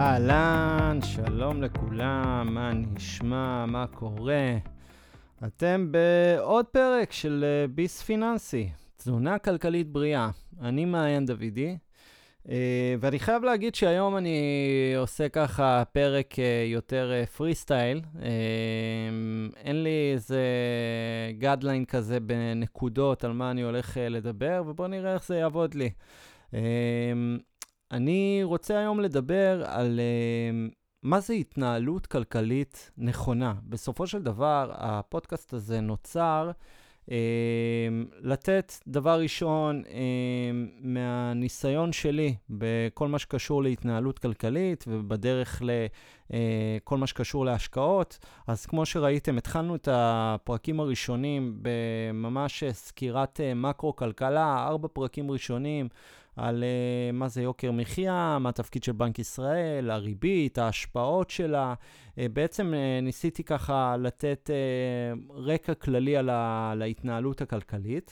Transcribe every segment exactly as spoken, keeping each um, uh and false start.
אהלן, שלום לכולם, מה נשמע, מה קורה? אתם בעוד פרק של אה, ביס פיננסי, תזונה כלכלית בריאה. אני מעיין דוידי, אה, ואני חייב להגיד שהיום אני עושה ככה פרק אה, יותר אה, פרי סטייל. אה, אין לי איזה גאדליין כזה בנקודות על מה אני הולך אה, לדבר, ובואו נראה איך זה יעבוד לי. אה, אני רוצה היום לדבר על uh, מה זה התנהלות כלכלית נכונה. בסופו של דבר, הפודקאסט הזה נוצר uh, לתת דבר ראשון uh, מהניסיון שלי בכל מה שקשור להתנהלות כלכלית ובדרך לכל uh, מה שקשור להשקעות. אז כמו שראיתם, התחלנו את הפרקים הראשונים בממש סקירת uh, מקרו-כלכלה, ארבע פרקים ראשונים, על uh, מה זה יוקר מחיה, מה התפקיד של בנק ישראל, הריבית, ההשפעות שלה. Uh, בעצם uh, ניסיתי ככה לתת uh, רקע כללי על, ה- על ההתנהלות הכלכלית.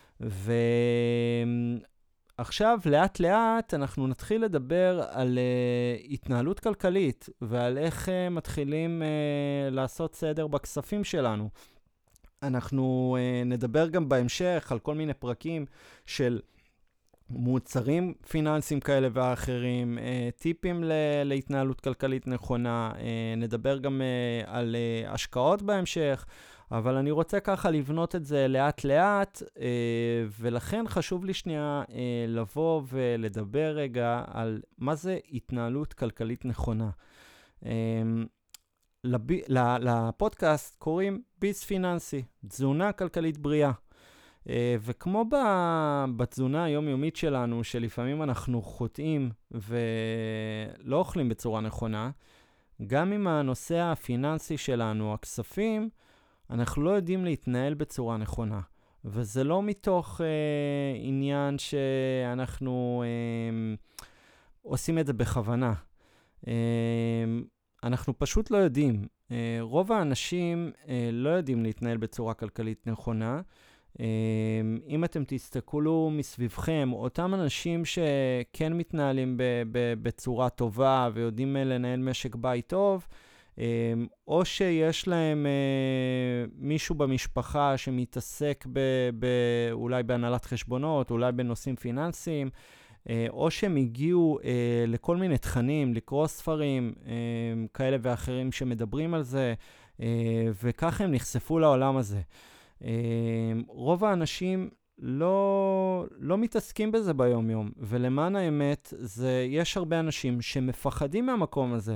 ועכשיו, לאט לאט, אנחנו נתחיל לדבר על uh, התנהלות כלכלית, ועל איך uh, מתחילים uh, לעשות סדר בכספים שלנו. אנחנו uh, נדבר גם בהמשך על כל מיני פרקים של מוצרים פיננסיים כאלה ואחרים, אה, טיפים ל- להתנהלות כלכלית נכונה, אה, נדבר גם אה, על אה, השקעות בהמשך, אבל אני רוצה ככה לבנות את זה לאט לאט, אה, ולכן חשוב לי שנייה אה, לבוא ולדבר רגע על מה זה התנהלות כלכלית נכונה. אה, לב... לפודקאסט קוראים ביס פיננסי, תזונה כלכלית בריאה. Uh, וכמו ב- בתזונה היומיומית שלנו, שלפעמים אנחנו חוטאים ולא אוכלים בצורה נכונה, גם עם הנושא הפיננסי שלנו, הכספים, אנחנו לא יודעים להתנהל בצורה נכונה. וזה לא מתוך uh, עניין שאנחנו uh, עושים את זה בכוונה. Uh, אנחנו פשוט לא יודעים. Uh, רוב האנשים uh, לא יודעים להתנהל בצורה כלכלית נכונה, אם אתם תסתכלו מסביבכם, אותם אנשים שכן מתנהלים ב- ב- בצורה טובה ויודעים לנהל משק בית טוב, או שיש להם מישהו במשפחה שמתעסק ב- ב- אולי בהנהלת חשבונות, אולי בנושאים פיננסיים, או שהם הגיעו לכל מיני תכנים, לקרוא ספרים כאלה ואחרים שמדברים על זה, וככה הם נחשפו לעולם הזה. רוב האנשים לא, לא מתעסקים בזה ביום יום, ולמען האמת, זה, יש הרבה אנשים שמפחדים מהמקום הזה.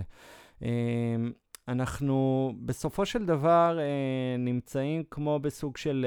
אנחנו בסופו של דבר נמצאים כמו בסוג של,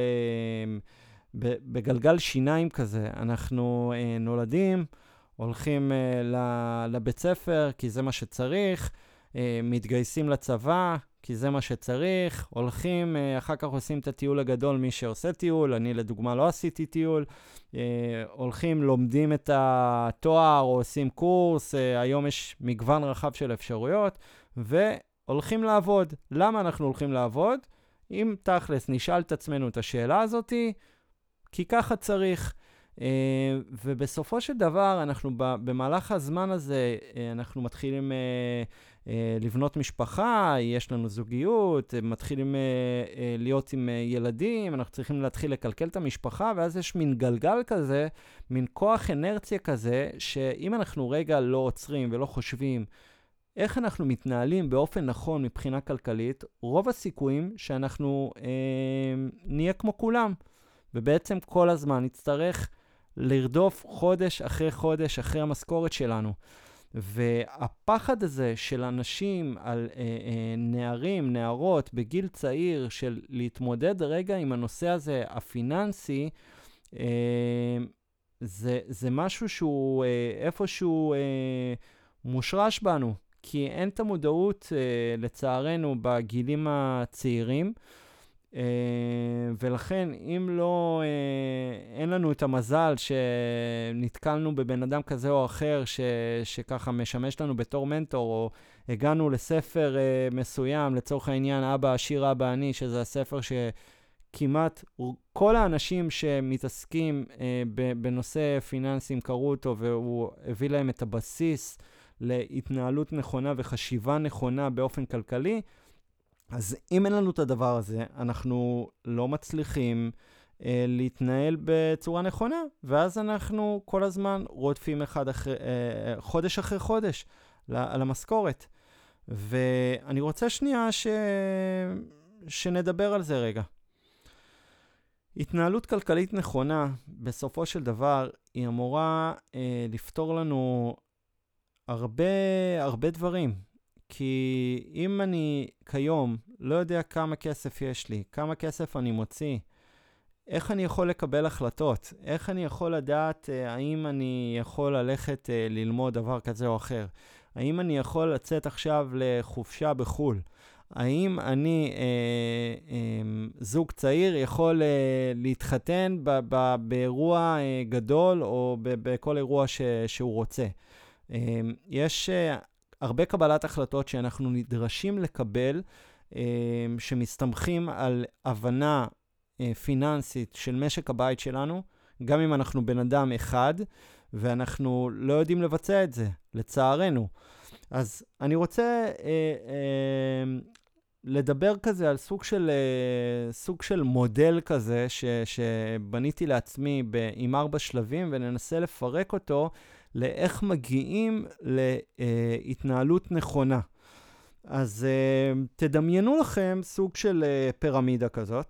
בגלגל שיניים כזה. אנחנו נולדים, הולכים לבית ספר כי זה מה שצריך, מתגייסים לצבא כי זה מה שצריך, הולכים, אחר כך עושים את הטיול הגדול, מי שעושה טיול, אני לדוגמה לא עשיתי טיול, הולכים, לומדים את התואר או עושים קורס, היום יש מגוון רחב של אפשרויות, והולכים לעבוד. למה אנחנו הולכים לעבוד? אם תכלס נשאל את עצמנו את השאלה הזאת, כי ככה צריך. Uh, ובסופו של דבר, אנחנו ב- במהלך הזמן הזה, uh, אנחנו מתחילים uh, uh, לבנות משפחה, יש לנו זוגיות, uh, מתחילים uh, uh, להיות עם uh, ילדים, אנחנו צריכים להתחיל לקלקל את המשפחה, ואז יש מין גלגל כזה, מין כוח אנרציה כזה, שאם אנחנו רגע לא עוצרים ולא חושבים איך אנחנו מתנהלים באופן נכון מבחינה כלכלית, רוב הסיכויים שאנחנו uh, נהיה כמו כולם, ובעצם כל הזמן נצטרך לרדוף חודש אחרי חודש אחרי המשכורת שלנו. והפחד הזה של אנשים על אה, אה, נערים, נערות, בגיל צעיר, של להתמודד רגע עם הנושא הזה הפיננסי, אה, זה, זה משהו שהוא אה, איפשהו אה, מושרש בנו, כי אין את המודעות אה, לצערנו בגילים הצעירים, Uh, ולכן אם לא, uh, אין לנו את המזל שנתקלנו בבן אדם כזה או אחר ש, שככה משמש לנו בתור מנטור, או הגענו לספר uh, מסוים, לצורך העניין אבא עשיר אבא אני, שזה הספר שכמעט כל האנשים שמתעסקים uh, בנושא פיננסים קראו אותו, והוא הביא להם את הבסיס להתנהלות נכונה וחשיבה נכונה באופן כלכלי, אז אם אין לנו את הדבר הזה, אנחנו לא מצליחים אה, להתנהל בצורה נכונה, ואז אנחנו כל הזמן רודפים אחד אחרי, אה, חודש אחרי חודש על המשכורת. ואני רוצה שנייה ש... שנדבר על זה רגע. התנהלות כלכלית נכונה, בסופו של דבר, היא אמורה אה, לפתור לנו הרבה, הרבה דברים. כי אם אני כיום לא יודע כמה כסף יש לי, כמה כסף אני מוציא, איך אני יכול לקבל החלטות? איך אני יכול לדעת אה, האם אני יכול ללכת אה, ללמוד דבר כזה או אחר? האם אני יכול לצאת עכשיו לחופשה בחול? האם אני, אה, אה, זוג צעיר, יכול אה, להתחתן ב- ב- באירוע אה, גדול או ב- בכל אירוע ש- שהוא רוצה? אה, יש אה, הרבה קבלת החלטות שאנחנו נדרשים לקבל, אה, שמסתמכים על הבנה אה, פיננסית של משק הבית שלנו, גם אם אנחנו בן אדם אחד, ואנחנו לא יודעים לבצע את זה, לצערנו. אז אני רוצה אה, אה, לדבר כזה על סוג של, אה, סוג של מודל כזה ש, שבניתי לעצמי ב, עם ארבע שלבים, וננסה לפרק אותו לאיך מגיעים להתנהלות נכונה. אז אה, תדמיינו לכם סוג של אה, פירמידה כזאת,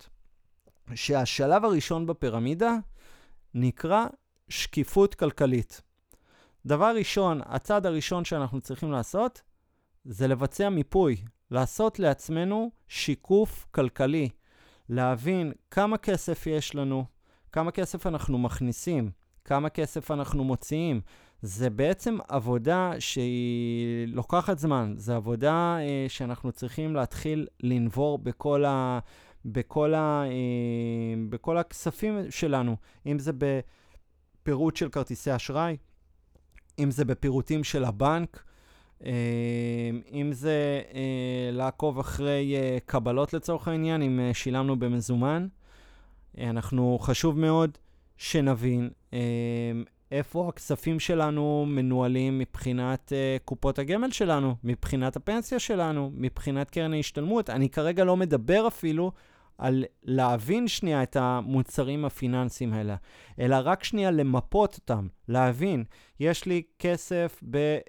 שהשלב הראשון בפירמידה נקרא שקיפות כלכלית. דבר ראשון, הצעד הראשון שאנחנו צריכים לעשות, זה לבצע מיפוי, לעשות לעצמנו שיקוף כלכלי, להבין כמה כסף יש לנו, כמה כסף אנחנו מכניסים, כמה כסף אנחנו מוציאים. זה בעצם עבודה שהיא לוקחת זמן, זה עבודה אה, שאנחנו צריכים להתחיל לנבור בכל ה... בכל, ה, אה, בכל הכספים שלנו, אם זה בפירוט של כרטיסי אשראי, אם זה בפירוטים של הבנק, אה, אם זה אה, לעקוב אחרי אה, קבלות לצורך העניין, אם אה, שילמנו במזומן. אה, אנחנו חשוב מאוד שנבין אה, איפה הכספים שלנו מנוהלים מבחינת uh, קופות הגמל שלנו, מבחינת הפנסיה שלנו, מבחינת קרן ההשתלמות. אני כרגע לא מדבר אפילו על להבין שנייה את המוצרים הפיננסיים האלה, אלא רק שנייה למפות אותם, להבין, יש לי כסף ב, uh,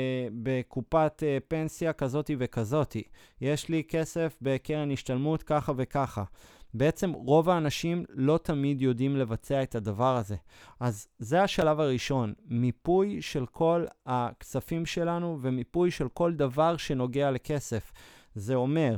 בקופת uh, פנסיה כזאתי וכזאתי, יש לי כסף בקרן השתלמות ככה וככה. בעצם רוב האנשים לא תמיד יודעים לבצע את הדבר הזה. אז זה השלב הראשון, מיפוי של כל הכספים שלנו ומיפוי של כל דבר שנוגע לכסף. זה אומר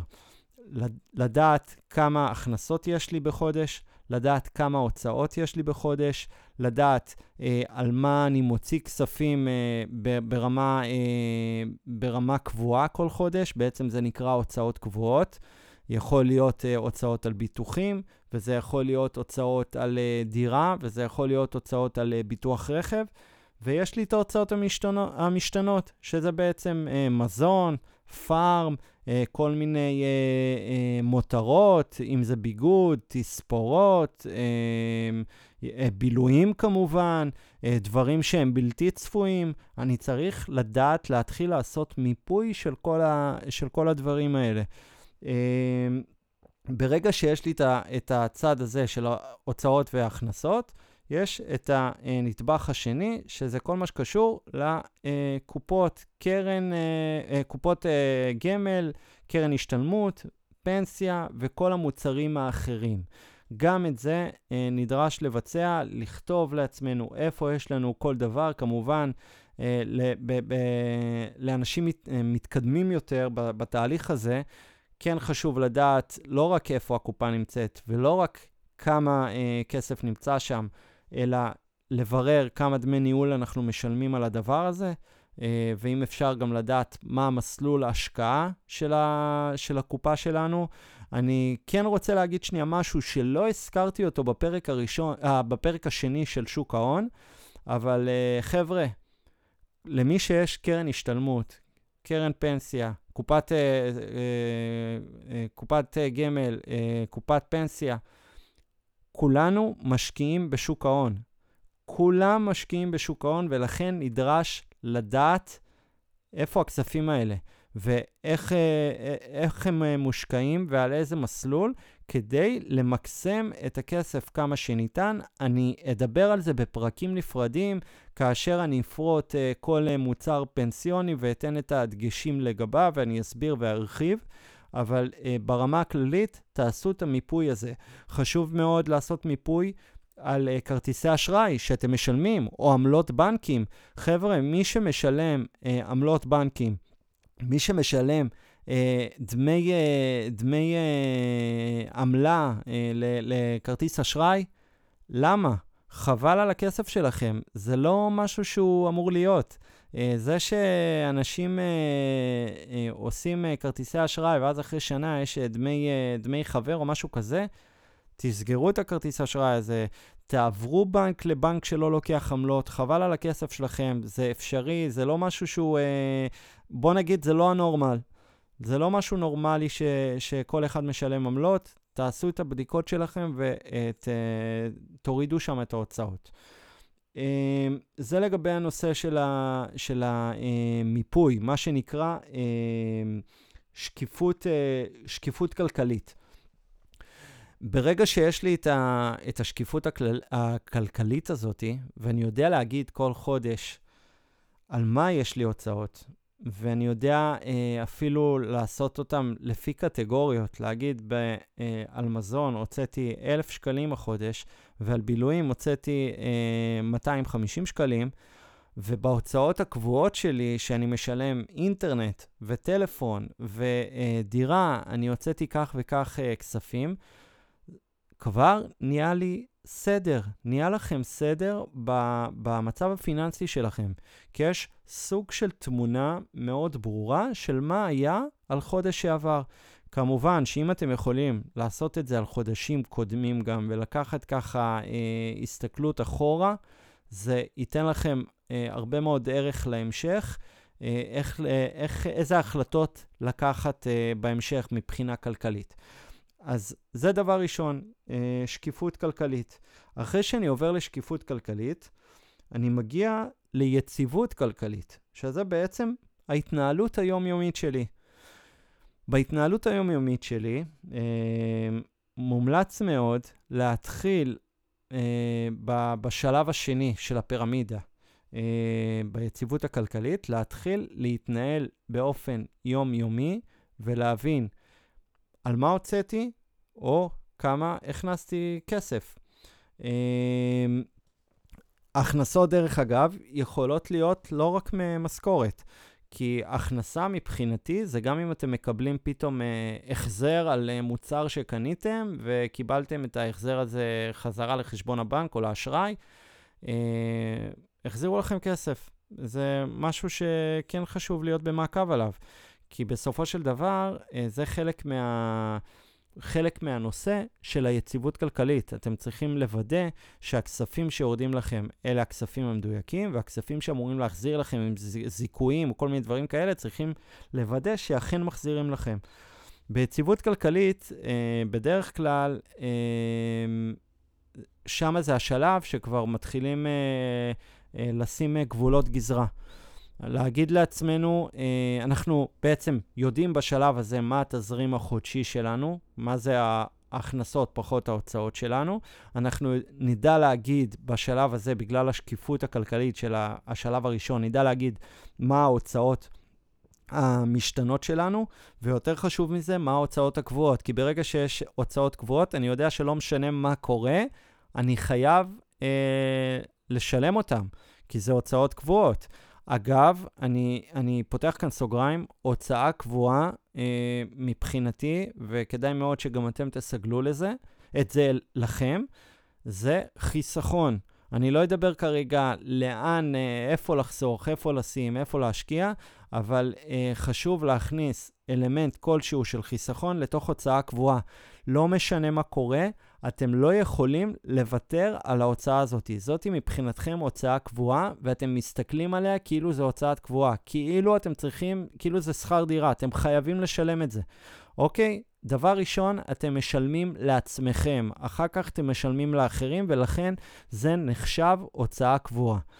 לדעת כמה הכנסות יש לי בחודש, לדעת כמה הוצאות יש לי בחודש, לדעת אה, על מה אני מוציא כספים אה, ברמה, אה, ברמה קבועה כל חודש, בעצם זה נקרא הוצאות קבועות. יכול להיות uh, הוצאות על ביטוחים, וזה יכול להיות הוצאות על uh, דירה, וזה יכול להיות הוצאות על uh, ביטוח רכב, ויש לי את ההוצאות המשתנות, המשתנות שזה בעצם uh, מזון, פארם, uh, כל מיני uh, uh, מותרות, אם זה ביגוד, תספורות, uh, uh, בילויים כמובן, uh, דברים שהם בלתי צפויים. אני צריך לדעת להתחיל לעשות מיפוי של כל, ה, של כל הדברים האלה. ברגע שיש לי את הצד הזה של ההוצאות וההכנסות, יש את הנטבח השני, שזה כל מה שקשור לקופות קרן, קופות גמל, קרן השתלמות, פנסיה וכל המוצרים האחרים. גם את זה נדרש לבצע, לכתוב לעצמנו איפה יש לנו כל דבר, כמובן, לאנשים מתקדמים יותר בתהליך הזה, כן חשוב לדעת לא רק איפה הקופה נמצאת, ולא רק כמה אה, כסף נמצא שם, אלא לברר כמה דמי ניהול אנחנו משלמים על הדבר הזה, אה, ואם אפשר גם לדעת מה המסלול ההשקעה של, ה, של הקופה שלנו. אני כן רוצה להגיד שנייה משהו שלא הזכרתי אותו בפרק הראשון, אה, בפרק השני של שוק ההון, אבל אה, חבר'ה, למי שיש קרן השתלמות, קרן פנסיה, קופת, אה, אה, אה, קופת אה, גמל, אה, קופת פנסיה, כולנו משקיעים בשוק ההון. כולם משקיעים בשוק ההון, ולכן נדרש לדעת איפה הכספים האלה, ואיך איך הם מושקעים ועל איזה מסלול, כדי למקסם את הכסף כמה שניתן. אני אדבר על זה בפרקים נפרדים, כאשר אני אפרוט כל מוצר פנסיוני ואתן את הדגשים לגביו, ואני אסביר וארחיב. אבל uh, ברמה הכללית, תעשו את המיפוי הזה. חשוב מאוד לעשות מיפוי על uh, כרטיסי אשראי שאתם משלמים, או עמלות בנקים. חבר'ה, מי שמשלם uh, עמלות בנקים, מי שמשלם uh, דמי, uh, דמי uh, עמלה uh, לכרטיס אשראי, למה? חבל על הכסף שלכם. זה לא משהו שהוא אמור להיות. זה שאנשים עושים כרטיסי אשראי, ואז אחרי שנה יש דמי, דמי חבר או משהו כזה, תסגרו את הכרטיס אשראי הזה, תעברו בנק לבנק שלא לוקח עמלות, חבל על הכסף שלכם, זה אפשרי, זה לא משהו שהוא, בוא נגיד, זה לא הנורמל. זה לא משהו נורמלי ש, שכל אחד משלם עמלות, תעשו את הבדיקות שלכם ותורידו שם את ההוצאות. זה לגבי הנושא של, ה, של המיפוי, מה שנקרא שקיפות, שקיפות כלכלית. ברגע שיש לי את, ה, את השקיפות הכלל, הכלכלית הזאת, ואני יודע להגיד כל חודש על מה יש לי הוצאות, ואני יודע אפילו לעשות אותם לפי קטגוריות, להגיד ב, על מזון הוצאתי אלף שקלים החודש, ועל בילויים הוצאתי אה, מאתיים וחמישים שקלים, ובהוצאות הקבועות שלי, שאני משלם אינטרנט וטלפון ודירה, אני הוצאתי כך וכך אה, כספים, כבר נהיה לי סדר, נהיה לכם סדר ב- במצב הפיננסי שלכם, כי יש סוג של תמונה מאוד ברורה של מה היה על חודש שעבר. כמובן שאם אתם יכולים לעשות את זה על חודשים קודמים גם, ולקחת ככה אה, הסתכלות אחורה, זה ייתן לכם אה, הרבה מאוד ערך להמשך, אה, איך, אה, איך, איזה החלטות לקחת אה, בהמשך מבחינה כלכלית. אז זה דבר ראשון, אה, שקיפות כלכלית. אחרי שאני עובר לשקיפות כלכלית, אני מגיע ליציבות כלכלית, שזה בעצם ההתנהלות היומיומית שלי. בהתנהלות היומיומית שלי, אה, מומלץ מאוד להתחיל אה, ב- בשלב השני של הפירמידה, אה, ביציבות הכלכלית, להתחיל להתנהל באופן יומיומי ולהבין על מה הוצאתי או כמה הכנסתי כסף. אה, הכנסות דרך אגב יכולות להיות לא רק ממשכורת, כי הכנסה מבחינתי זה גם אם אתם מקבלים פתאום אה, החזר על אה, מוצר שקניתם, וקיבלתם את ההחזר הזה חזרה לחשבון הבנק או לאשראי, אה, החזירו לכם כסף. זה משהו שכן חשוב להיות במעקב עליו, כי בסופו של דבר אה, זה חלק מה... חלק מהנושא של היציבות כלכלית. אתם צריכים לוודא שהכספים שיורדים לכם אלה הכספים המדויקים, והכספים שאמורים להחזיר לכם עם זיכויים או כל מיני דברים כאלה, צריכים לוודא שאכן מחזירים לכם. ביציבות כלכלית, אה, בדרך כלל, אה, שם זה השלב שכבר מתחילים אה, אה, לשים גבולות גזרה. להגיד לעצמנו, אה, אנחנו בעצם יודעים בשלב הזה מה התזרים החודשי שלנו, מה זה ההכנסות פחות ההוצאות שלנו. אנחנו נדע להגיד בשלב הזה, בגלל השקיפות הכלכלית של השלב הראשון, נדע להגיד מה ההוצאות המשתנות שלנו, ויותר חשוב מזה, מה ההוצאות הקבועות. כי ברגע שיש הוצאות קבועות, אני יודע שלא משנה מה קורה, אני חייב אה, לשלם אותם, כי זה הוצאות קבועות. אגב, אני, אני פותח כאן סוגריים, הוצאה קבועה אה, מבחינתי, וכדאי מאוד שגם אתם תסגלו לזה, את זה לכם, זה חיסכון. אני לא אדבר כרגע לאן, אה, איפה לחסוך, איפה לשים, איפה להשקיע, אבל אה, חשוב להכניס אלמנט כלשהו של חיסכון לתוך הוצאה קבועה. לא משנה מה קורה, אתם לא יכולים לוותר על ההוצאה הזאת. זאת מבחינתכם הוצאה קבועה, ואתם מסתכלים עליה כאילו זו הוצאת קבועה. כאילו אתם צריכים, כאילו זה שכר דירה, אתם חייבים לשלם את זה. אוקיי? דבר ראשון, אתם משלמים לעצמכם. אחר כך אתם משלמים לאחרים, ולכן זה נחשב הוצאה קבועה.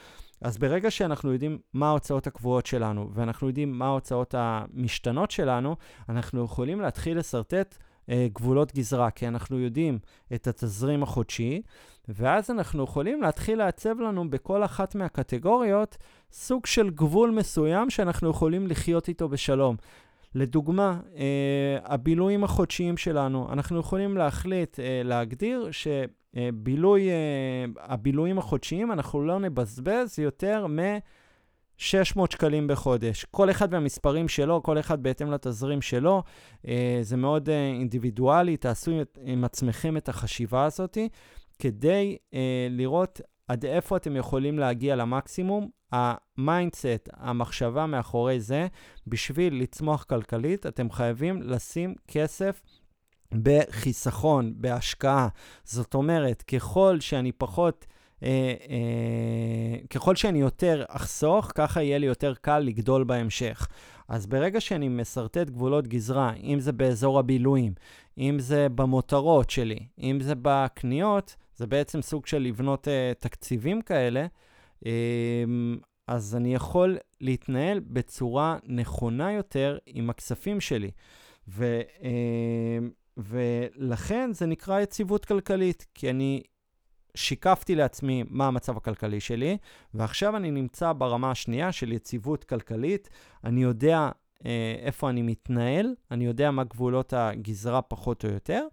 אז ברגע שאנחנו יודעים מה ההוצאות הקבועות שלנו, ואנחנו יודעים מה ההוצאות המשתנות שלנו, אנחנו יכולים להתחיל לסרטט אה, גבולות גזרה, כי אנחנו יודעים את התזרים החודשי, ואז אנחנו יכולים להתחיל לעצב לנו בכל אחת מהקטגוריות סוג של גבול מסוים שאנחנו יכולים לחיות איתו בשלום. לדוגמה, אה, הבילויים החודשיים שלנו, אנחנו יכולים להחליט, אה, להגדיר שבילוי, אה, הבילויים החודשיים אנחנו לא נבזבז יותר מ-שש מאות שקלים בחודש. כל אחד והמספרים שלו, כל אחד בהתאם לתזרים שלו, אה, זה מאוד אה, אינדיבידואלי, תעשו עם עצמכם את החשיבה הזאת, כדי אה, לראות עד איפה אתם יכולים להגיע למקסימום. המיינדסט, המחשבה מאחורי זה, בשביל לצמוח כלכלית, אתם חייבים לשים כסף בחיסכון, בהשקעה. זאת אומרת, ככל שאני פחות, אה, אה, ככל שאני יותר אחסוך, ככה יהיה לי יותר קל לגדול בהמשך. אז ברגע שאני מסרטט גבולות גזרה, אם זה באזור הבילויים, אם זה במותרות שלי, אם זה בקניות, זה בעצם סוג של לבנות uh, תקציבים כאלה, um, אז אני יכול להתנהל בצורה נכונה יותר עם הכספים שלי. ו, uh, ולכן זה נקרא יציבות כלכלית, כי אני שיקפתי לעצמי מה המצב הכלכלי שלי, ועכשיו אני נמצא ברמה השנייה של יציבות כלכלית, אני יודע uh, איפה אני מתנהל, אני יודע מה גבולות הגזרה פחות או יותר,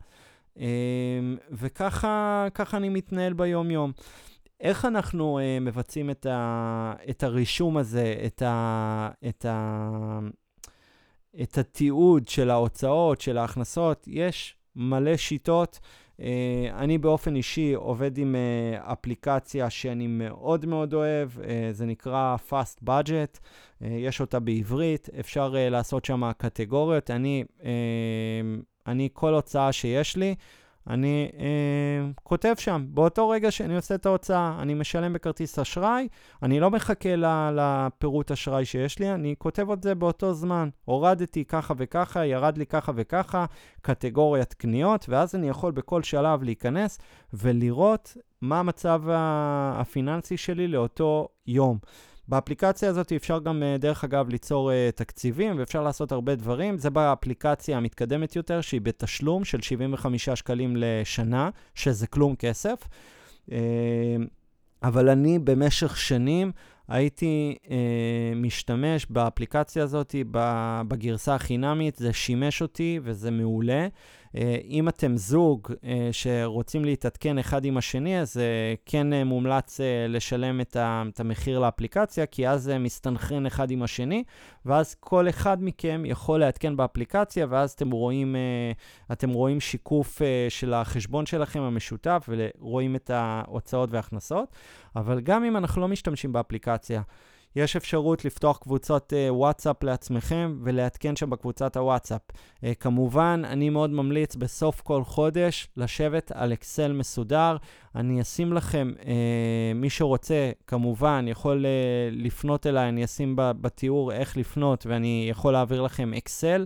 וככה ככה אני מתנהל ביום יום. איך אנחנו uh, מבצעים את, ה, את הרישום הזה, את, ה, את, ה, את התיעוד של ההוצאות, של ההכנסות? יש מלא שיטות. Uh, אני באופן אישי עובד עם uh, אפליקציה שאני מאוד מאוד אוהב, uh, זה נקרא Fast Budget, uh, יש אותה בעברית, אפשר uh, לעשות שם קטגוריות. אני... Uh, אני, כל הוצאה שיש לי, אני אה, כותב שם, באותו רגע שאני עושה את ההוצאה, אני משלם בכרטיס אשראי, אני לא מחכה לפירוט אשראי שיש לי, אני כותב את זה באותו זמן. הורדתי ככה וככה, ירד לי ככה וככה, קטגוריית קניות, ואז אני יכול בכל שלב להיכנס ולראות מה המצב הפיננסי שלי לאותו יום. באפליקציה הזאת אפשר גם, דרך אגב, ליצור uh, תקציבים, ואפשר לעשות הרבה דברים. זה באפליקציה המתקדמת יותר, שהיא בתשלום של שבעים וחמישה שקלים לשנה, שזה כלום כסף. Uh, אבל אני במשך שנים הייתי uh, משתמש באפליקציה הזאת, בגרסה החינמית, זה שימש אותי וזה מעולה. Uh, אם אתם זוג uh, שרוצים להתעדכן אחד עם השני, אז uh, כן uh, מומלץ uh, לשלם את, ה, את המחיר לאפליקציה, כי אז זה uh, מסתנכרן אחד עם השני, ואז כל אחד מכם יכול להתעדכן באפליקציה, ואז אתם רואים, uh, אתם רואים שיקוף uh, של החשבון שלכם המשותף, ורואים את ההוצאות וההכנסות. אבל גם אם אנחנו לא משתמשים באפליקציה, יש אפשרות לפתוח קבוצות uh, וואטסאפ לעצמכם ולהתקן שם בקבוצת הוואטסאפ. Uh, כמובן, אני מאוד ממליץ בסוף כל חודש לשבת על אקסל מסודר. אני אשים לכם, uh, מי שרוצה, כמובן, יכול uh, לפנות אליי, אני אשים בתיאור איך לפנות, ואני יכול להעביר לכם אקסל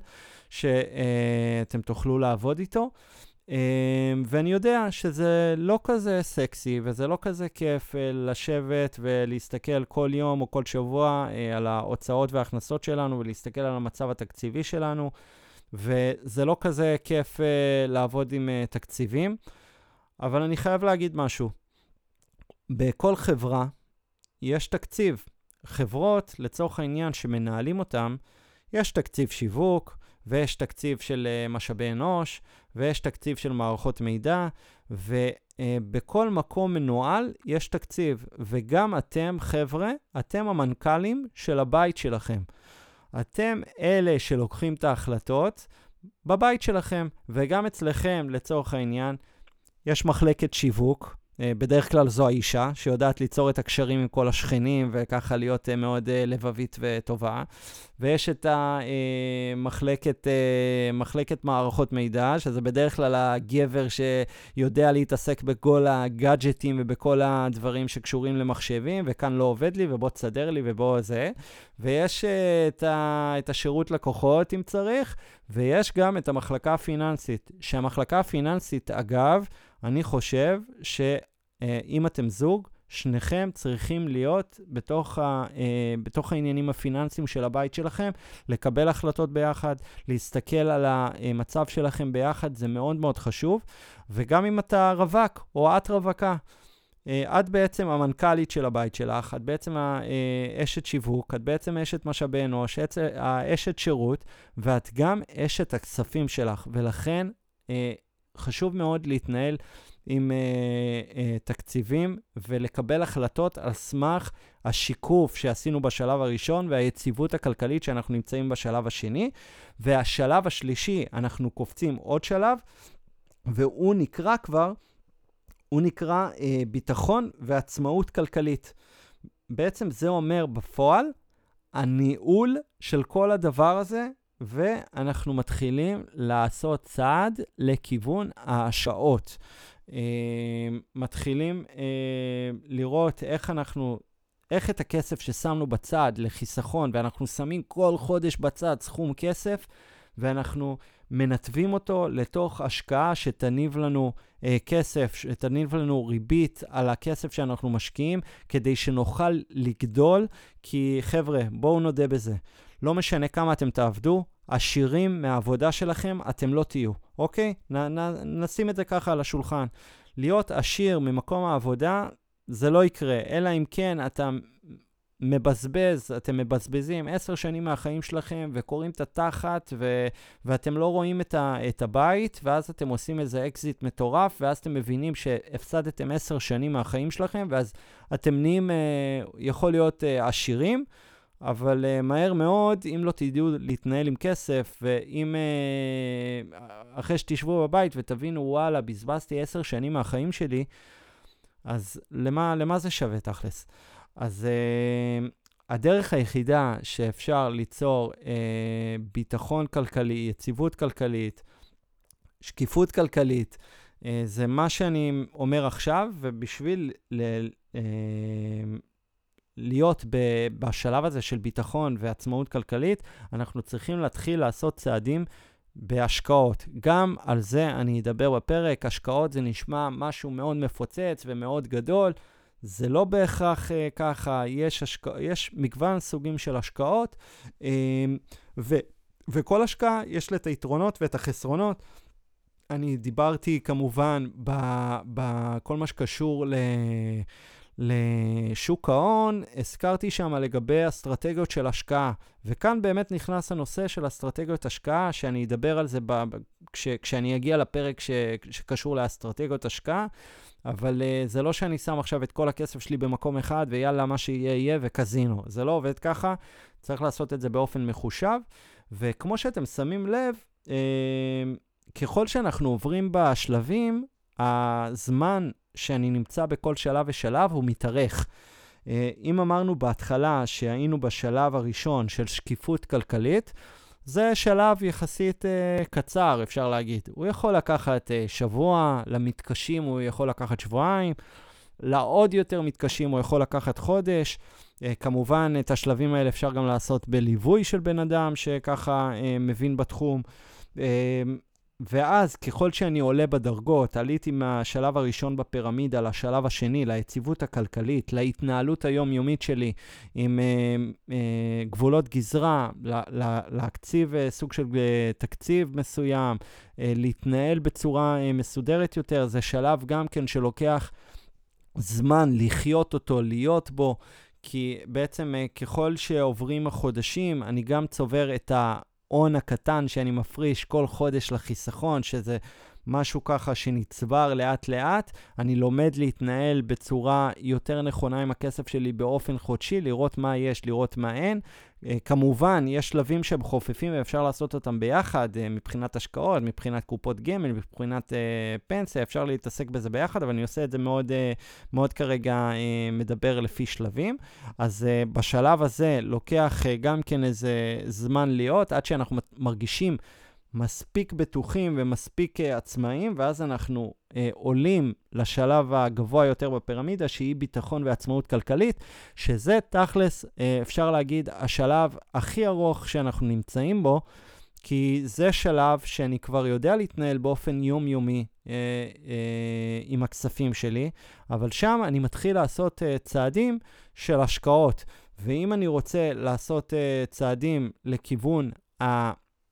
שאתם uh, תוכלו לעבוד איתו. Um, ואני יודע שזה לא כזה סקסי וזה לא כזה כיף uh, לשבת ולהסתכל כל יום או כל שבוע uh, על ההוצאות וההכנסות שלנו ולהסתכל על המצב התקציבי שלנו, וזה לא כזה כיף uh, לעבוד עם uh, תקציבים. אבל אני חייב להגיד משהו. בכל חברה יש תקציב. חברות, לצורך העניין שמנהלים אותם, יש תקציב שיווק, ויש תקציב של uh, משאבי אנוש, ויש תקציב של מערכות מידע, ובכל uh, מקום מנוהל יש תקציב. וגם אתם, חבר'ה, אתם המנכ"לים של הבית שלכם. אתם אלה שלוקחים את ההחלטות בבית שלכם, וגם אצלכם, לצורך העניין, יש מחלקת שיווק, בדרך כלל זו האישה, שיודעת ליצור את הקשרים עם כל השכנים, וככה להיות מאוד לבבית וטובה. ויש את המחלקת, מחלקת מערכות מידע, שזה בדרך כלל הגבר שיודע להתעסק בכל הגאדג'טים ובכל הדברים שקשורים למחשבים, וכאן לא עובד לי, ובוא תסדר לי, ובוא זה. ויש את, ה, את השירות לקוחות, אם צריך, ויש גם את המחלקה הפיננסית, שהמחלקה הפיננסית, אגב, אני חושב שאם אתם זוג, שניכם צריכים להיות בתוך, ה, אה, בתוך העניינים הפיננסיים של הבית שלכם, לקבל החלטות ביחד, להסתכל על המצב שלכם ביחד, זה מאוד מאוד חשוב. וגם אם אתה רווק או את רווקה, את בעצם המנכ"לית של הבית שלך, את בעצם האשת שיווק, את בעצם אשת משאבי אנוש, האשת שירות, ואת גם אשת הכספים שלך, ולכן חשוב מאוד להתנהל עם תקציבים ולקבל החלטות על סמך השיקוף שעשינו בשלב הראשון והיציבות הכלכלית שאנחנו נמצאים בשלב השני, והשלב השלישי אנחנו קופצים עוד שלב, והוא נקרא כבר הוא נקרא אה, ביטחון ועצמאות כלכלית. בעצם זה אומר בפועל, הניהול של כל הדבר הזה, ואנחנו מתחילים לעשות צעד לכיוון ההשקעות. אה, מתחילים אה, לראות איך אנחנו, איך את הכסף ששמנו בצד לחיסכון, ואנחנו שמים כל חודש בצד סכום כסף, ואנחנו מנתבים אותו לתוך השקעה שתניב לנו אה, כסף, שתניב לנו ריבית על הכסף שאנחנו משקיעים, כדי שנוכל לגדול, כי חבר'ה, בואו נודה בזה. לא משנה כמה אתם תעבדו, עשירים מהעבודה שלכם אתם לא תהיו, אוקיי? נ, נ, נשים את זה ככה על השולחן. להיות עשיר ממקום העבודה, זה לא יקרה, אלא אם כן אתה מבזבז, אתם מבזבזים עשר שנים מהחיים שלכם וקוראים את התחת ו- ואתם לא רואים את, ה- את הבית, ואז אתם עושים איזה אקזיט מטורף, ואז אתם מבינים שהפסדתם עשר שנים מהחיים שלכם, ואז אתם נהיים, אה, יכול להיות אה, עשירים, אבל אה, מהר מאוד, אם לא תדעו להתנהל עם כסף, ואם אה, אחרי שתשבו בבית ותבינו, וואלה, בזבזתי עשר שנים מהחיים שלי, אז למה, למה זה שווה תכלס? אז uh, הדרך היחידה שאפשר ליצור uh, ביטחון כלכלי, יציבות כלכלית, שקיפות כלכלית, uh, זה מה שאני אומר עכשיו, ובשביל ל- uh, להיות ב- בשלב הזה של ביטחון ועצמאות כלכלית, אנחנו צריכים להתחיל לעשות צעדים בהשקעות. גם על זה אני אדבר בפרק. השקעות זה נשמע משהו מאוד מפוצץ ומאוד גדול, זה לא בהכרח uh, ככה, יש, השק... יש מגוון סוגים של השקעות, um, ו... וכל השקעה יש לה את היתרונות ואת החסרונות. אני דיברתי כמובן בכל מה שקשור ל... לשוק ההון, הזכרתי שם לגבי אסטרטגיות של השקעה, וכאן באמת נכנס הנושא של אסטרטגיות השקעה, שאני אדבר על זה ב... כש... כשאני אגיע לפרק ש... שקשור לאסטרטגיות השקעה, אבל uh, זה לא שאני שם עכשיו את כל הכסף שלי במקום אחד, ויאללה, מה שיהיה יהיה וקזינו. זה לא עובד ככה, צריך לעשות את זה באופן מחושב, וכמו שאתם שמים לב, uh, ככל שאנחנו עוברים בשלבים, הזמן שאני נמצא בכל שלב ושלב הוא מתארך. Uh, אם אמרנו בהתחלה שהיינו בשלב הראשון של שקיפות כלכלית, זה שלב יחסית uh, קצר, אפשר להגיד. הוא יכול לקחת uh, שבוע, למתקשים הוא יכול לקחת שבועיים, לעוד יותר מתקשים הוא יכול לקחת חודש. Uh, כמובן, את השלבים האלה אפשר גם לעשות בליווי של בן אדם שככה uh, מבין בתחום. Uh, ואז ככל שאני עולה בדרגות, עליתי מהשלב הראשון בפירמידה לשלב השני, ליציבות הכלכלית, להתנהלות היומיומית שלי עם אה, אה, גבולות גזרה, לה, לה, להקציב אה, סוג של אה, תקציב מסוים, אה, להתנהל בצורה אה, מסודרת יותר, זה שלב גם כן שלוקח זמן לחיות אותו, להיות בו, כי בעצם אה, ככל שעוברים החודשים, אני גם צובר את ה... ההון הקטן שאני מפריש כל חודש לחיסכון, שזה משהו ככה שנצבר לאט לאט, אני לומד להתנהל בצורה יותר נכונה עם הכסף שלי באופן חודשי, לראות מה יש, לראות מה אין. כמובן, יש שלבים שהם חופפים ואפשר לעשות אותם ביחד, מבחינת השקעות, מבחינת קופות גמל, מבחינת פנסיה, אפשר להתעסק בזה ביחד, אבל אני עושה את זה מאוד, מאוד כרגע מדבר לפי שלבים. אז בשלב הזה לוקח גם כן איזה זמן להיות, עד שאנחנו מרגישים מספיק בטוחים ומספיק uh, עצמאיים, ואז אנחנו uh, עולים לשלב הגבוה יותר בפירמידה, שהיא ביטחון ועצמאות כלכלית, שזה תכלס, uh, אפשר להגיד, השלב הכי ארוך שאנחנו נמצאים בו, כי זה שלב שאני כבר יודע להתנהל באופן יומיומי אה, אה, עם הכספים שלי, אבל שם אני מתחיל לעשות אה, צעדים של השקעות. ואם אני רוצה לעשות אה, צעדים לכיוון ה...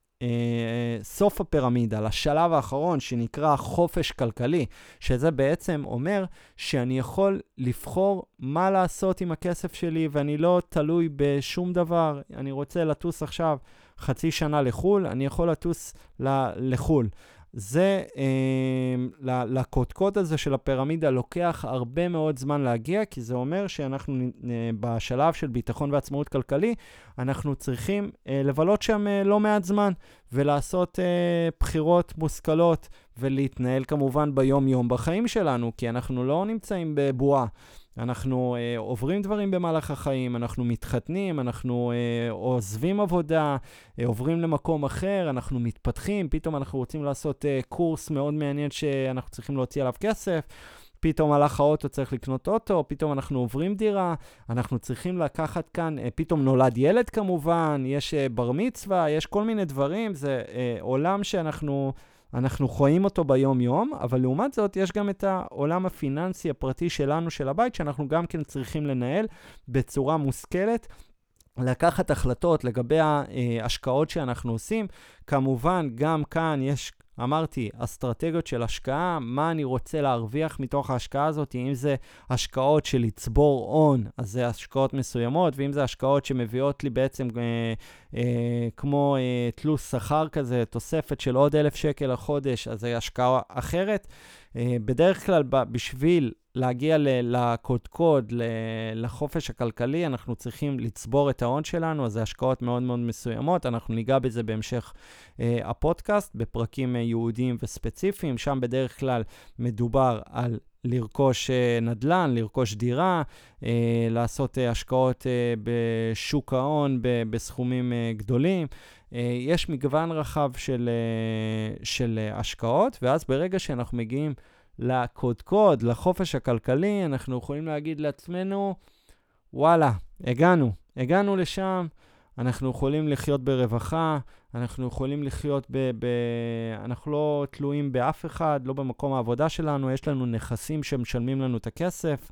סוף הפירמידה, לשלב האחרון שנקרא חופש כלכלי, שזה בעצם אומר שאני יכול לבחור מה לעשות עם הכסף שלי, ואני לא תלוי בשום דבר. אני רוצה לטוס עכשיו חצי שנה לחול, אני יכול לטוס לחול. זה, אה, לקודקוד הזה של הפירמידה לוקח הרבה מאוד זמן להגיע, כי זה אומר שאנחנו אה, בשלב של ביטחון ועצמאות כלכלי, אנחנו צריכים אה, לבלות שם אה, לא מעט זמן, ולעשות אה, בחירות מושכלות, ולהתנהל כמובן ביום יום בחיים שלנו, כי אנחנו לא נמצאים בבועה. אנחנו אה, עוברים דברים במהלך החיים, אנחנו מתחתנים, אנחנו אה, עוזבים עבודה, אה, עוברים למקום אחר, אנחנו מתפתחים, פתאום אנחנו רוצים לעשות אה, קורס מאוד מעניין שאנחנו צריכים להוציא עליו כסף, פתאום הלך האוטו, צריך לקנות אוטו, פתאום אנחנו עוברים דירה, אנחנו צריכים לקחת כאן, אה, פתאום נולד ילד כמובן, יש אה, בר מצווה, יש כל מיני דברים, זה אה, עולם שאנחנו... אנחנו חיים אותו ביום יום, אבל לעומת זאת יש גם את העולם הפיננסי הפרטי שלנו, של הבית, שאנחנו גם כן צריכים לנהל בצורה מושכלת, לקחת החלטות לגבי ההשקעות שאנחנו עושים. כמובן, גם כאן יש, אמרתי, אסטרטגיות של השקעה, מה אני רוצה להרוויח מתוך ההשקעה הזאת, אם זה השקעות של לצבור הון, אז זה השקעות מסוימות, ואם זה השקעות שמביאות לי בעצם אה, אה, כמו אה, תלוש שכר כזה, תוספת של עוד אלף שקל לחודש, אז זה השקעה אחרת. אה, בדרך כלל, בשביל להגיע לקודקוד, לחופש הכלכלי, אנחנו צריכים לצבור את ההון שלנו, אז זה השקעות מאוד מאוד מסוימות, אנחנו ניגע בזה בהמשך אה, הפודקאסט, בפרקים ייעודיים וספציפיים, שם בדרך כלל מדובר על לרכוש אה, נדל"ן, לרכוש דירה, אה, לעשות אה, השקעות אה, בשוק ההון, ב- בסכומים אה, גדולים, אה, יש מגוון רחב של, אה, של אה, השקעות, ואז ברגע שאנחנו מגיעים לקודקוד, לחופש הכלכלי, אנחנו יכולים להגיד לעצמנו, וואלה, הגענו, הגענו לשם, אנחנו יכולים לחיות ברווחה, אנחנו יכולים לחיות ב... ב... אנחנו לא תלויים באף אחד, לא במקום העבודה שלנו, יש לנו נכסים שמשלמים לנו את הכסף,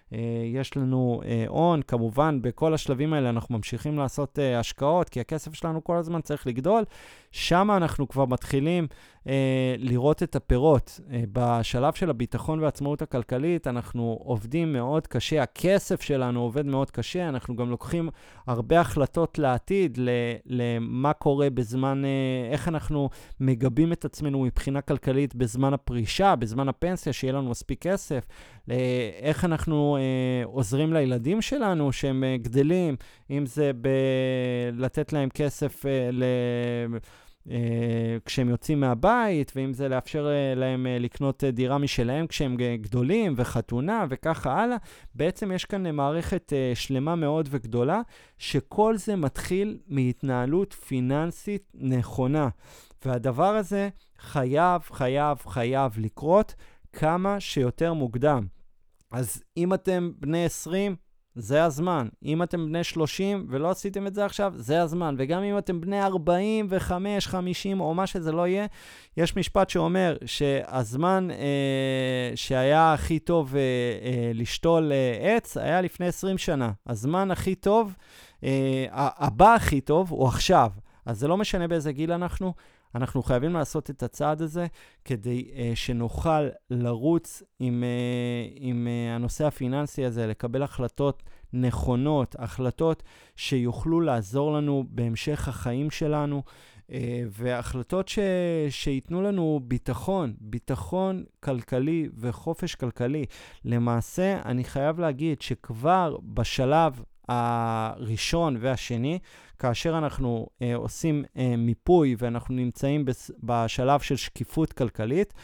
יש לנו הון, כמובן בכל השלבים האלה אנחנו ממשיכים לעשות השקעות, כי הכסף שלנו כל הזמן צריך לגדול, שם אנחנו כבר מתחילים אה, לראות את הפירות. אה, בשלב של הביטחון והעצמאות הכלכלית, אנחנו עובדים מאוד קשה, הכסף שלנו עובד מאוד קשה, אנחנו גם לוקחים הרבה החלטות לעתיד, למה קורה בזמן, אה, איך אנחנו מגבים את עצמנו מבחינה כלכלית בזמן הפרישה, בזמן הפנסיה, שיהיה לנו מספיק כסף, אה, איך אנחנו אה, עוזרים לילדים שלנו שהם אה, גדלים, אם זה ב- לתת להם כסף אה, ל... Uh, כשהם יוצאים מהבית, ואם זה לאפשר uh, להם uh, לקנות uh, דירה משלהם כשהם uh, גדולים וחתונה וככה הלאה, בעצם יש כאן uh, מערכת uh, שלמה מאוד וגדולה, שכל זה מתחיל מהתנהלות פיננסית נכונה. והדבר הזה חייב, חייב, חייב לקרות כמה שיותר מוקדם. אז אם אתם בני עשרים, זה הזמן. אם אתם בני שלושים ולא עשיתם את זה עכשיו, זה הזמן. וגם אם אתם בני ארבעים וחמש, חמישים או מה שזה לא יהיה, יש משפט שאומר שהזמן אה, שהיה הכי טוב אה, אה, לשתול אה, עץ היה לפני עשרים שנה. הזמן הכי טוב, אה, הבא הכי טוב הוא עכשיו. אז זה לא משנה באיזה גיל אנחנו, אנחנו חייבים לעשות את הצעד הזה כדי uh, שנוכל לרוץ עם, uh, עם uh, הנושא הפיננסי הזה, לקבל החלטות נכונות, החלטות שיוכלו לעזור לנו בהמשך החיים שלנו, uh, והחלטות ש, שיתנו לנו ביטחון, ביטחון כלכלי וחופש כלכלי. למעשה, אני חייב להגיד שכבר בשלב הראשון והשני, כאשר אנחנו אה, עושים אה, מיפוי ואנחנו נמצאים בס, בשלב של שקיפות כלכלית,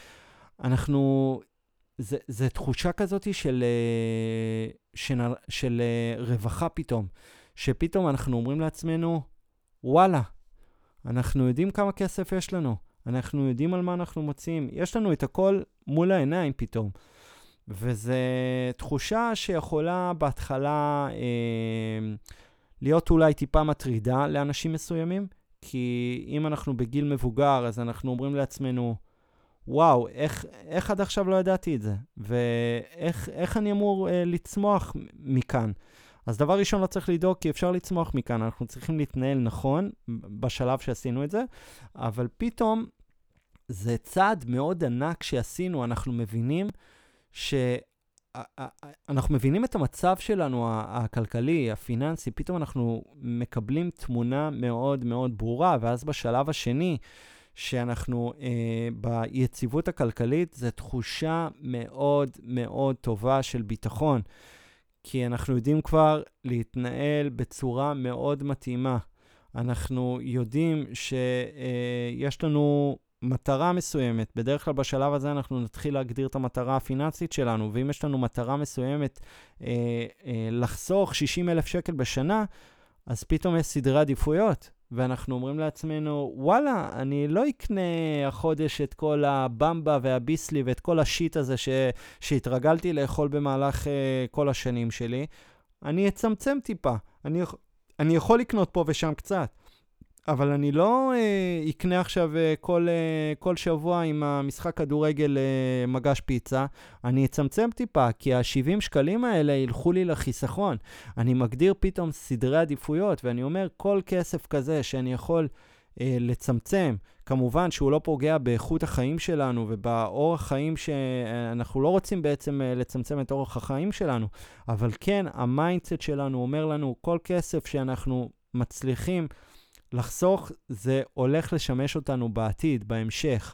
אנחנו, זה, זה תחושה כזאת של, אה, של, של אה, רווחה פתאום, שפתאום אנחנו אומרים לעצמנו, וואלה, אנחנו יודעים כמה כסף יש לנו, אנחנו יודעים על מה אנחנו מוצאים, יש לנו את הכל מול העיניים פתאום. וזו תחושה שיכולה בהתחלה אה, להיות אולי טיפה מטרידה לאנשים מסוימים, כי אם אנחנו בגיל מבוגר, אז אנחנו אומרים לעצמנו, וואו, איך, איך עד עכשיו לא ידעתי את זה? ואיך איך אני אמור אה, לצמוח מכאן? אז דבר ראשון לא צריך לדאוג, כי אפשר לצמוח מכאן. אנחנו צריכים להתנהל נכון בשלב שעשינו את זה, אבל פתאום זה צעד מאוד ענק שעשינו. אנחנו מבינים ש... אנחנו מבינים את המצב שלנו, הכלכלי, הפיננסי, פתאום אנחנו מקבלים תמונה מאוד מאוד ברורה, ואז בשלב השני, שאנחנו אה, ביציבות הכלכלית, זו תחושה מאוד מאוד טובה של ביטחון, כי אנחנו יודעים כבר להתנהל בצורה מאוד מתאימה. אנחנו יודעים שיש לנו מטרה מסוימת. בדרך כלל בשלב הזה אנחנו נתחיל להגדיר את המטרה הפיננסית שלנו, ואם יש לנו מטרה מסוימת אה, אה, לחסוך שישים אלף שקל בשנה, אז פתאום יש סדרי עדיפויות, ואנחנו אומרים לעצמנו, וואלה, אני לא אקנה החודש את כל הבמבה והביסלי ואת כל השיט הזה ש, שהתרגלתי לאכול במהלך אה, כל השנים שלי. אני אצמצם טיפה. אני, אני יכול לקנות פה ושם קצת. אבל אני לא אה, אקנה עכשיו אה, כל, אה, כל שבוע עם המשחק כדורגל אה, מגש פיצה. אני אצמצם טיפה, כי ה-שבעים שקלים האלה ילכו לי לחיסכון. אני מגדיר פתאום סדרי עדיפויות, ואני אומר, כל כסף כזה שאני יכול אה, לצמצם, כמובן שהוא לא פוגע באיכות החיים שלנו ובאורח חיים שאנחנו לא רוצים בעצם אה, לצמצם את אורח החיים שלנו, אבל כן, המיינדסט שלנו אומר לנו, כל כסף שאנחנו מצליחים לחסוך, זה הולך לשמש אותנו בעתיד, בהמשך.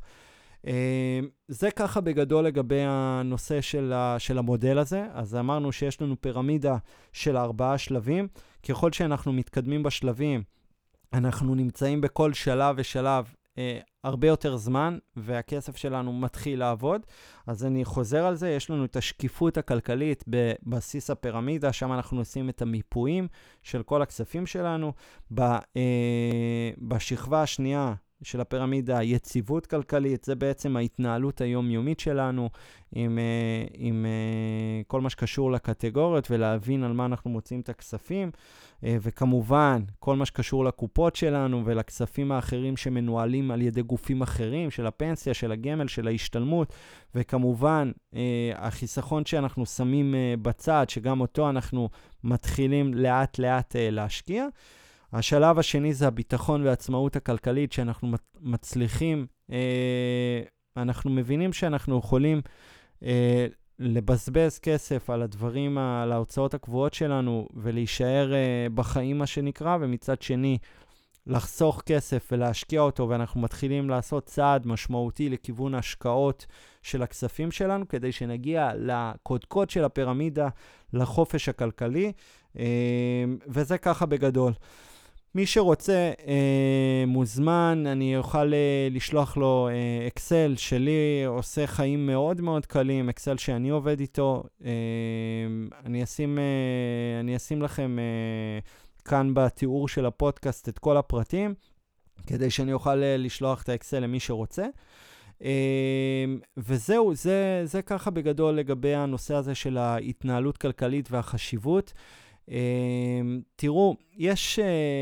זה ככה בגדול לגבי הנושא של, ה, של המודל הזה. אז אמרנו שיש לנו פירמידה של ארבעה שלבים. ככל שאנחנו מתקדמים בשלבים, אנחנו נמצאים בכל שלב ושלב אה, הרבה יותר זמן, והכסף שלנו מתחיל לעבוד. אז אני חוזר על זה, יש לנו את השקיפות הכלכלית בבסיס הפירמידה, שם אנחנו עושים את המיפויים של כל הכספים שלנו. ב, אה, בשכבה השנייה של הפירמידה, יציבות כלכלית, זה בעצם ההתנהלות היומיומית שלנו, עם, עם כל מה שקשור לקטגוריות, ולהבין על מה אנחנו מוצאים את הכספים, וכמובן, כל מה שקשור לקופות שלנו, ולכספים האחרים שמנוהלים על ידי גופים אחרים, של הפנסיה, של הגמל, של ההשתלמות, וכמובן, החיסכון שאנחנו שמים בצד, שגם אותו אנחנו מתחילים לאט לאט להשקיע. השלב השני זה הביטחון והעצמאות הכלכלית, שאנחנו מצליחים, אה, אנחנו מבינים שאנחנו יכולים אה, לבזבז כסף על הדברים, על ההוצאות הקבועות שלנו, ולהישאר אה, בחיים מה שנקרא, ומצד שני לחסוך כסף ולהשקיע אותו, ואנחנו מתחילים לעשות צעד משמעותי לכיוון ההשקעות של הכספים שלנו, כדי שנגיע לקודקוד של הפירמידה, לחופש הכלכלי, אה, וזה ככה בגדול. מי שרוצה אה, מוזמן, אני אוכל אה, לשלוח לו אה, אקסל שלי, עושה חיים מאוד מאוד קלים, אקסל שאני עובד איתו. אה, אני אשים, אה, אני אשים לכם אה, כאן בתיאור של הפודקאסט את כל הפרטים, כדי שאני אוכל אה, לשלוח את האקסל למי שרוצה. אה, וזהו, זה, זה ככה בגדול לגבי הנושא הזה של ההתנהלות כלכלית והחשיבות. Uh, תראו, יש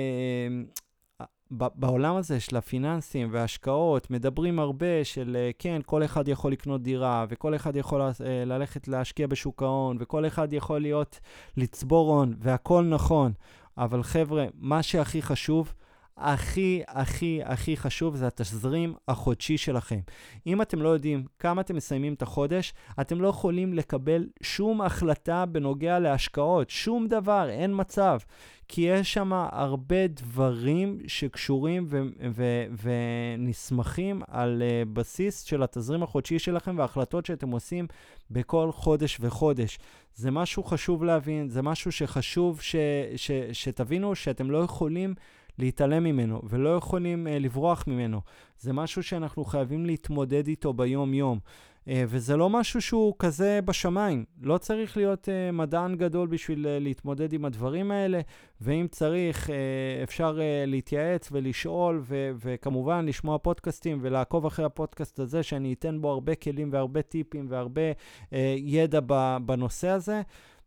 uh, בעולם הזה של הפיננסים וההשקעות, מדברים הרבה של uh, כן, כל אחד יכול לקנות דירה, וכל אחד יכול uh, ללכת להשקיע בשוק ההון, וכל אחד יכול להיות לצבור הון, והכל נכון. אבל חבר'ה, מה שהכי חשוב, הכי, הכי, הכי חשוב זה התזרים החודשי שלכם. אם אתם לא יודעים כמה אתם מסיימים את החודש, אתם לא יכולים לקבל שום החלטה בנוגע להשקעות, שום דבר, אין מצב. כי יש שם הרבה דברים שקשורים ו- ו- ונסמכים על uh, בסיס של התזרים החודשי שלכם, וההחלטות שאתם עושים בכל חודש וחודש. זה משהו חשוב להבין, זה משהו שחשוב ש- ש- שתבינו שאתם לא יכולים להתעלם ממנו, ולא יכולים uh, לברוח ממנו. זה משהו שאנחנו חייבים להתמודד איתו ביום יום. Uh, וזה לא משהו שהוא כזה בשמיים. לא צריך להיות uh, מדען גדול בשביל uh, להתמודד עם הדברים האלה, ואם צריך, uh, אפשר uh, להתייעץ ולשאול, ו- וכמובן לשמוע פודקאסטים, ולעקוב אחרי הפודקאסט הזה, שאני אתן בו הרבה כלים והרבה טיפים, והרבה uh, ידע ב- בנושא הזה.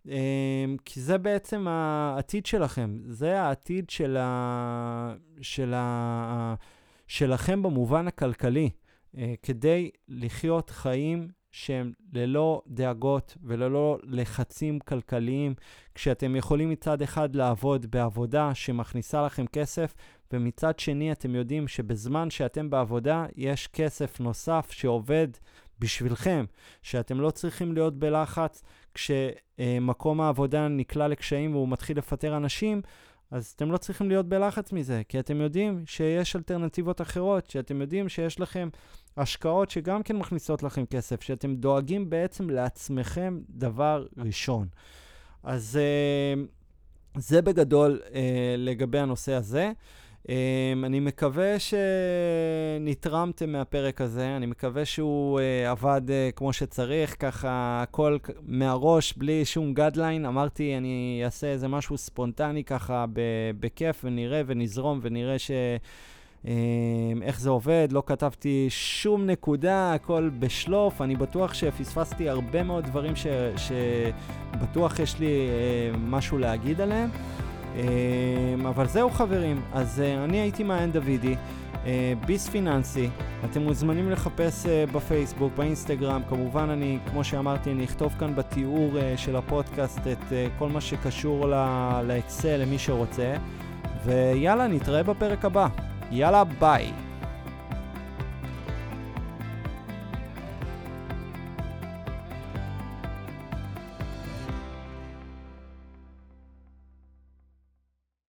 כי זה בעצם העתיד שלכם, זה העתיד של ה... של ה... שלכם במובן הכלכלי, כדי לחיות חיים שהם ללא דאגות וללא לחצים כלכליים, כשאתם יכולים מצד אחד לעבוד בעבודה שמכניסה לכם כסף, ומצד שני אתם יודעים שבזמן שאתם בעבודה יש כסף נוסף שעובד בשבילכם, שאתם לא צריכים להיות בלחץ כשמקום העבודה נקלע לקשיים והוא מתחיל לפטר אנשים, אז אתם לא צריכים להיות בלחץ מזה, כי אתם יודעים שיש אלטרנטיבות אחרות, שאתם יודעים שיש לכם השקעות שגם כן מכניסות לכם כסף, שאתם דואגים בעצם לעצמכם דבר ראשון. אז זה בגדול לגבי הנושא הזה. אני מקווה שנתרמתם מהפרק הזה, אני מקווה שהוא עבד כמו שצריך, ככה הכל מהראש, בלי שום גדליין. אמרתי, אני אעשה איזה משהו ספונטני ככה בכיף, ונראה ונזרום ונראה ש... איך זה עובד. לא כתבתי שום נקודה, הכל בשלוף. אני בטוח שפספסתי הרבה מאוד דברים ש... שבטוח יש לי משהו להגיד עליהם. אבל זהו חברים, אז אני הייתי מעיין דוידי, ביס פיננסי. אתם מוזמנים לחפש בפייסבוק, באינסטגרם. כמובן אני, כמו שאמרתי, אני אכתוב כאן בתיאור של הפודקאסט את כל מה שקשור לאקסל למי שרוצה. ויאללה, נתראה בפרק הבא. יאללה, ביי.